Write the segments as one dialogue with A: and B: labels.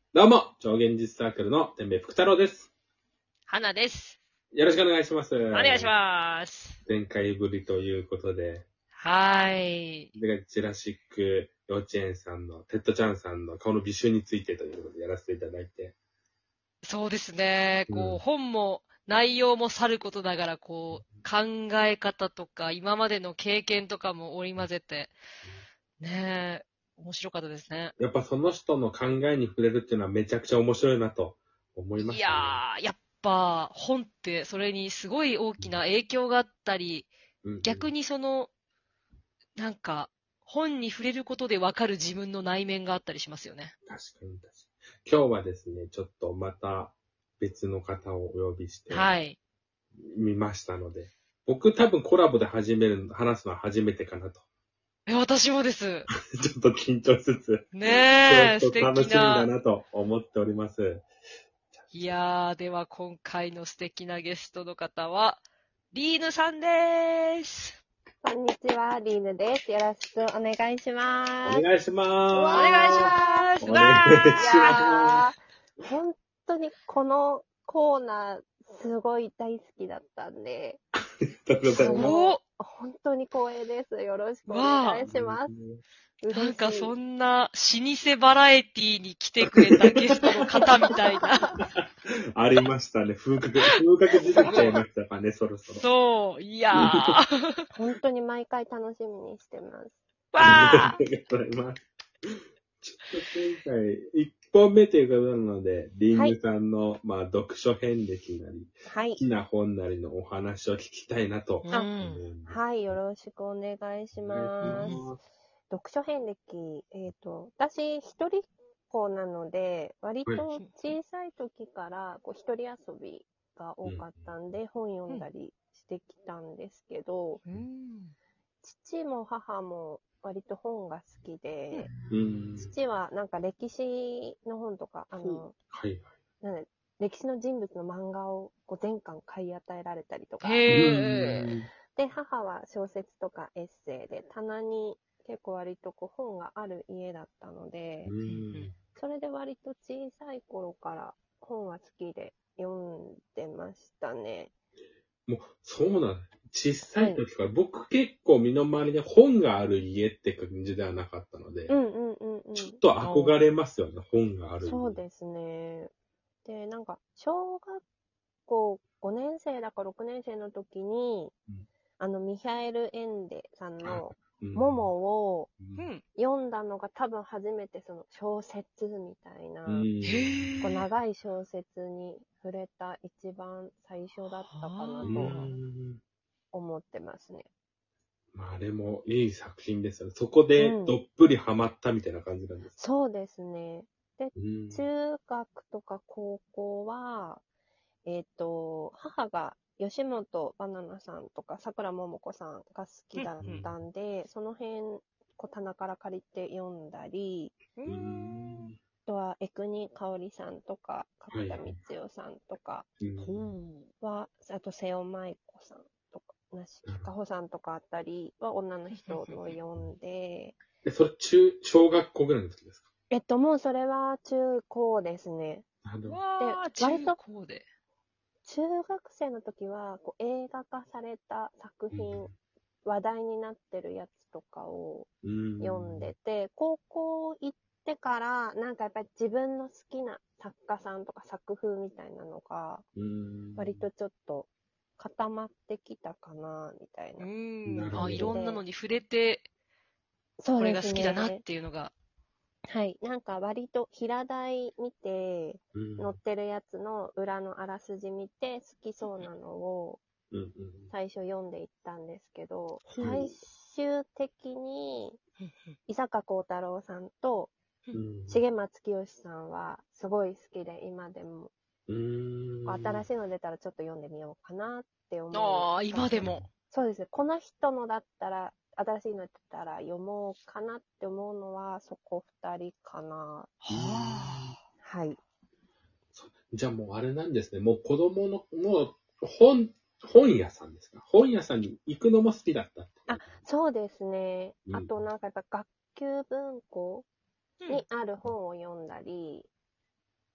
A: どうも、超現実サークルの天命福太郎です。
B: 花です。
A: よろしくお願いします。
B: お願いします。
A: 前回ぶりということで、
B: はい。
A: でジュラシック幼稚園さんの、テッドちゃんさんの顔の美醜についてということでやらせていただいて。
B: そうですね。
A: うん
B: 本も内容もさることながら、考え方とか、今までの経験とかも織り交ぜて、ねえ、面白かったですね。
A: やっぱその人の考えに触れるっていうのはめちゃくちゃ面白いなと思いま
B: い
A: したね。
B: やー、やっぱ本ってそれにすごい大きな影響があったり、
A: うんうん、
B: 逆になんか、本に触れることでわかる自分の内面があったりしますよね。
A: 確かに確かに。今日はですね、ちょっとまた別の方をお呼びして
B: はい。
A: みましたので、僕多分コラボで話すのは初めてかなと。
B: 私もです。
A: ちょっと緊張しつつ、
B: ねえ、素
A: ちょっと楽しみだ
B: 敵な。
A: なと思っております。
B: いやー、では今回の素敵なゲストの方は、リーヌさんでーす。
C: こんにちは、リーヌです。よろしくお願いします。
A: お願いしま
B: お
A: ー
B: 願いし
C: わ
B: ます。
A: お願い
C: ー。い
A: しま
C: やー、本当にこのコーナー、すごい大好きだったんで、
A: す。ありがとうございます。
B: お
C: 本当に光栄です。よろしくお
B: わ
C: 願いします。
B: なんかそ
C: 嬉しい。
B: んな老舗バラエティに来てくれたゲストの方みたいな。
A: ありましたね。風格出てきちゃいましたかね、そろそろ。
B: そう、いやー。
C: 本当に毎回楽しみにしてます。
A: あ
B: わ
A: りがとうございます。ちょっと今回、一本目ということなので、リングさんの、読書遍歴なり、
C: はい
A: 好。きな本なりのお話を聞きたいなと
B: ー。
A: 思うんです。
C: はい、よろしくお願いし
A: お願い
C: ます。
A: します。
C: 読書遍歴、私、一人っ子なので、割
A: はい。
C: と小さい時から一人遊びが多かったんで、本読んだりしてきたんですけど、父も母も割と本が好きで、父はなんか歴史の本とか、
A: はい
C: なんだ歴史の人物の漫画を全巻買い与えられたりとか、
B: へー。
C: で、母は小説とかエッセイで、棚に結構割と本がある家だったので、それで割と小さい頃から本は好きで読んでましたね。
A: もう、そうなの。小さい時から、僕結構身の回りに本がある家って感じではなかったので、ちょっと憧れますよね、本がある家。
C: そうですね。で、なんか、小学校5年生だか6年生の時に、ミハエル・エンデさんのモモを読んだのが多分初めてその小説みたいな、長い小説に触れた一番最初だったかなと思ってますね。
A: あれもいい作品ですよね。そこでどっぷりハマったみたいな感じなんですか？
C: そうですね。で、中学とか高校は、母が吉本ばななさんとか桜ももこさんが好きだったんで、その辺、棚から借りて読んだり、あとは、江国香織さんとか、角田光代さんとかは、あと、瀬尾舞子さんとか、梨木かほさんとかあったりは、女の人の読んで、
A: それ小学校ぐらいの時ですか？
C: もうそれは中高ですね。
B: で、割と中高で。
C: 中学生の時は映画化された作品、話題になってるやつとかを読んでて、高校行ってからなんかやっぱり自分の好きな作家さんとか作風みたいなのが割とちょっと固まってきたかなみたいな。
B: いろんなのに触れて、これが好きだなっていうのが。
C: はい。なんか割と平題見て、載ってるやつの裏のあらすじ見て、好きそうなのを最初読んでいったんですけど、最終的に伊坂幸太郎さんと重松清さんはすごい好きで、今でも。新しいの出たらちょっと読んでみようかなって思う。
B: ああ、今でも。
C: そうですね。この人のだったら、新しいのだったら読もうかなって思うのは、そこ2人かな。はい。
A: じゃあもうあれなんですね。もう子供の、もう本屋さんですか？本屋さんに行くのも好きだったって。
C: そうですね。あとなんかやっぱ学級文庫にある本を読んだり、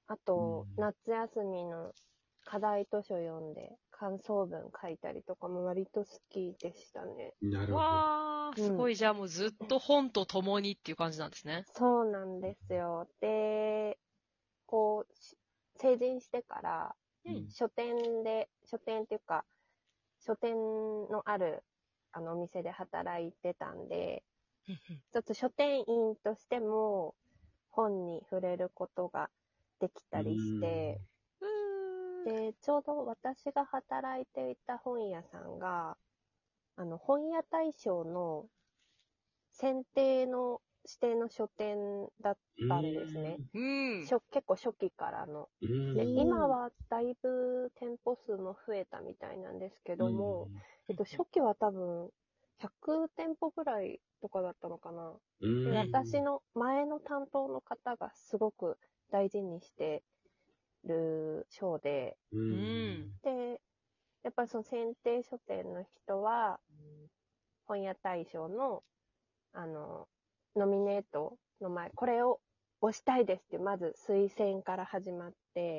C: あと、夏休みの課題図書読んで、感想文書いたりとかも割と好きでしたね。
A: なるほど。
B: わー、すごい、じゃあもうずっと本と共にっていう感じなんですね。
C: そうなんですよ。で、こう、成人してから、書店っていうか、書店のある、お店で働いてたんで、ちょっと書店員としても、本に触れることができたりして、で、ちょうど私が働いていた本屋さんが、本屋大賞の選定の指定の書店だったんですね。結構初期からの。で、今はだいぶ店舗数も増えたみたいなんですけども、初期は多分100店舗ぐらいとかだったのかな。で、私の前の担当の方がすごく大事にしてる賞で、で、やっぱりその選定書店の人は、本屋大賞のノミネートの前、これを押したいですって、まず推薦から始まって、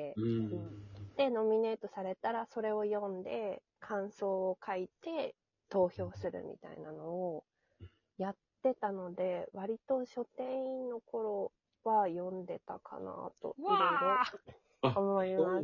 C: で、ノミネートされたら、それを読んで、感想を書いて、投票するみたいなのをやってたので、割と書店員の頃は読んでたかなと、いろいろ思います。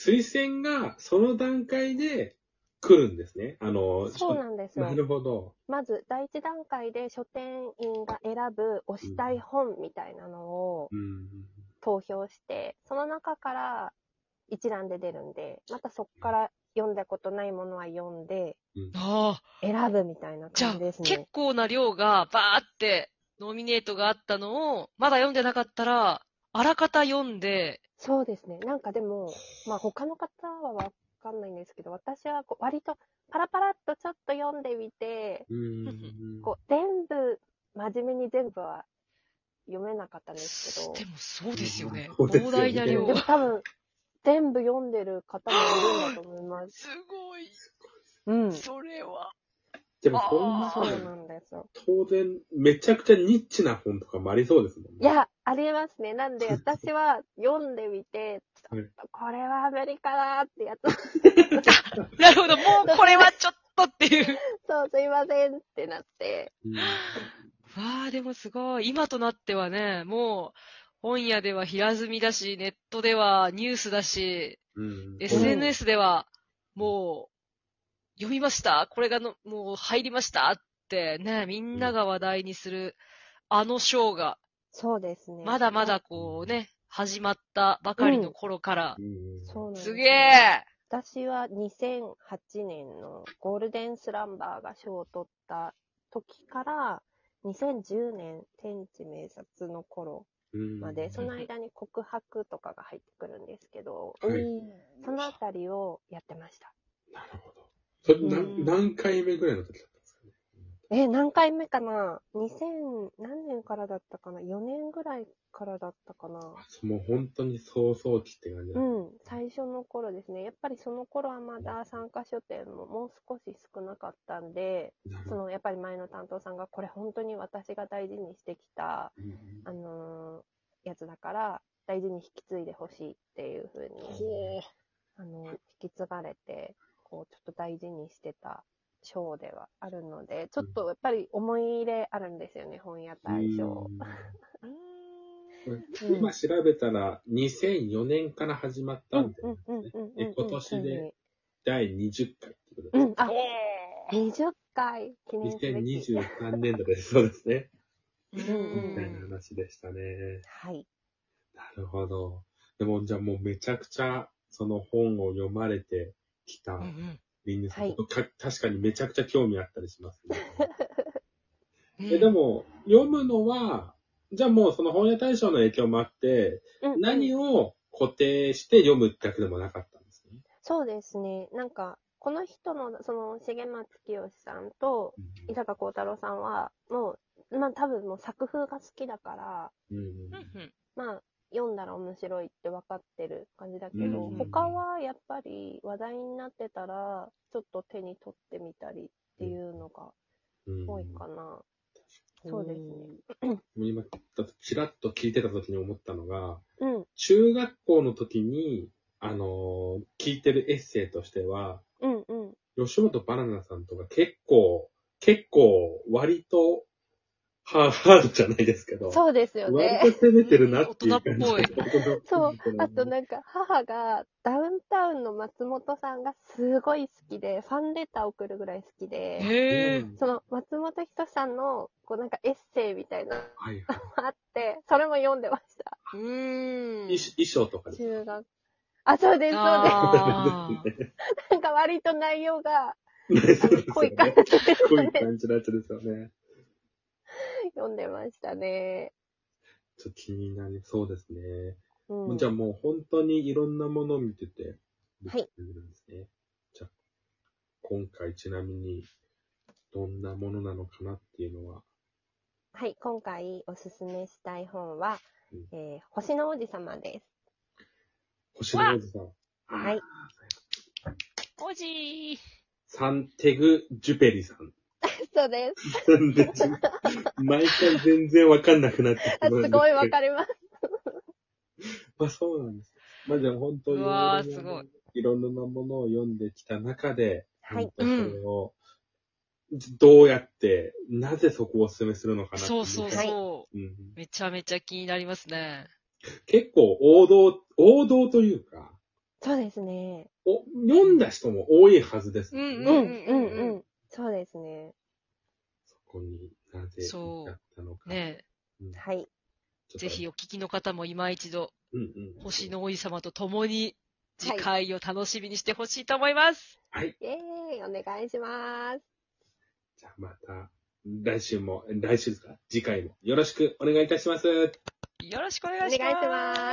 A: 推薦がその段階で来るんですね。
C: そうなんですよ。
A: なるほど。
C: まず、第一段階で書店員が選ぶ推したい本みたいなのを投票して、その中から一覧で出るんで、またそこから読んだことないものは読んで、選ぶみたいな感じですね。
B: じゃあ、結構な量がバーってノミネートがあったのを、まだ読んでなかったら、あらかた読んで。
C: そうですね。なんかでも、まあ他の方はわかんないんですけど、私は割とパラパラっとちょっと読んでみて、全部、真面目に全部は読めなかったんですけど。
B: でもそうですよね。膨大な量。
C: でも多分、全部読んでる方もいるんだと思います。
B: すごい。それは。
A: でも
C: そうなんですよ。
A: 当然、めちゃくちゃニッチな本とかもありそうですもんね。
C: いや、ありますね。なんで、私は読んでみて、これはアメリカだってやつ。
B: なるほど、もうこれはちょっとっていう。
C: そう、すいませんってなって。
B: わあ、でもすごい。今となってはね、もう、本屋では平積みだし、ネットではニュースだし、SNS では、もう、読みましたこれがもう入りましたってね、みんなが話題にする、あの賞が。
C: そうですね。
B: まだまだこうね、始まったばかりの頃から。
C: そうなんです。
B: すげえ
C: 私は2008年のゴールデンスランバーが賞を取った時から、2010年天地明察の頃まで、その間に告白とかが入ってくるんですけど、そのあたりをやってました。
A: なるほど。それ何回目ぐらいの時だったんですかね。
C: 何回目かな ?2000 何年からだったかな ?4 年ぐらいからだったかな。
A: もう本当に早々期って感じだ。
C: 最初の頃ですね。やっぱりその頃はまだ参加書店ももう少し少なかったんで、やっぱり前の担当さんがこれ本当に私が大事にしてきた、やつだから、大事に引き継いでほしいっていう風に、引き継がれて、こう、ちょっと大事にしてた賞ではあるので、ちょっとやっぱり思い入れあるんですよね、本屋大賞。
A: 今調べたら2004年から始まったんで、今年で第20回ってことです。
C: 20回記念すべき。
A: 2023年度です。そうですね。みたいな話でしたね。
C: はい。
A: なるほど。でも、じゃあもうめちゃくちゃその本を読まれてきたリンヌさん、確かにめちゃくちゃ興味あったりしますね。でも、読むのは、じゃあもうその本屋大賞の影響もあって、何を固定して読むってわけでもなかったんですね。
C: そうですね。なんか、この人の、重松清さんと、伊坂幸太郎さんは、もう、まあ多分もう作風が好きだから、まあ、読んだら面白いって分かってる感じだけど、他はやっぱり話題になってたら、ちょっと手に取ってみたりっていうのが多いかな。そうですね。
A: 今、ちらっと聞いてた時に思ったのが、 中学校の時に、聞いてるエッセイとしては、吉本バナナさんとか結構、割と、ハードじゃないですけど。
C: そうですよね。
A: 割と攻めてるなっていう感じ。
B: 大人っぽい。
C: そう。あとなんか、母がダウンタウンの松本さんがすごい好きで、ファンレター送るぐらい好きで、
B: へー。
C: その松本人志さんの、こうなんかエッセイみたいなの
A: はいはい。
C: あって、それも読んでました。
A: 衣装とかですか？
C: 中学。あ、そうです、そうです。なんか割と内容が、濃い感じですね。
A: 濃い感じのやつですよね。
C: 読んでましたね。
A: ちょっと気になりそうですね。じゃあもう本当にいろんなものを見てて、
C: はい。
A: じゃあ、今回ちなみに、どんなものなのかなっていうのは。
C: はい、今回おすすめしたい本は、星の王子様です。
A: 星の王子さん。
C: はい。
B: 王子
A: サンテグ・ジュペリさん。
C: そうです。
A: 毎回全然わかんなくなってきて
C: すごいわかります。
A: まあそうなんです。まあでも本当にいろんなものを読んできた中で、
C: はい。
A: それをどうやって、なぜそこをお勧めするのかなって。
B: そうそう。めちゃめちゃ気になりますね。
A: 結構王道というか。
C: そうですね。
A: 読んだ人も多いはずです
C: ね。そうですね。
A: そこになぜ至ったのか。
B: ね。
C: はい。
B: ぜひお聞きの方も今一度、星の王子様と共に次回を楽しみにしてほしいと思います。
A: はい。
C: お願いします。
A: じゃあまた、来週ですか？次回もよろしくお願いいたします。
B: よろしくお願いします。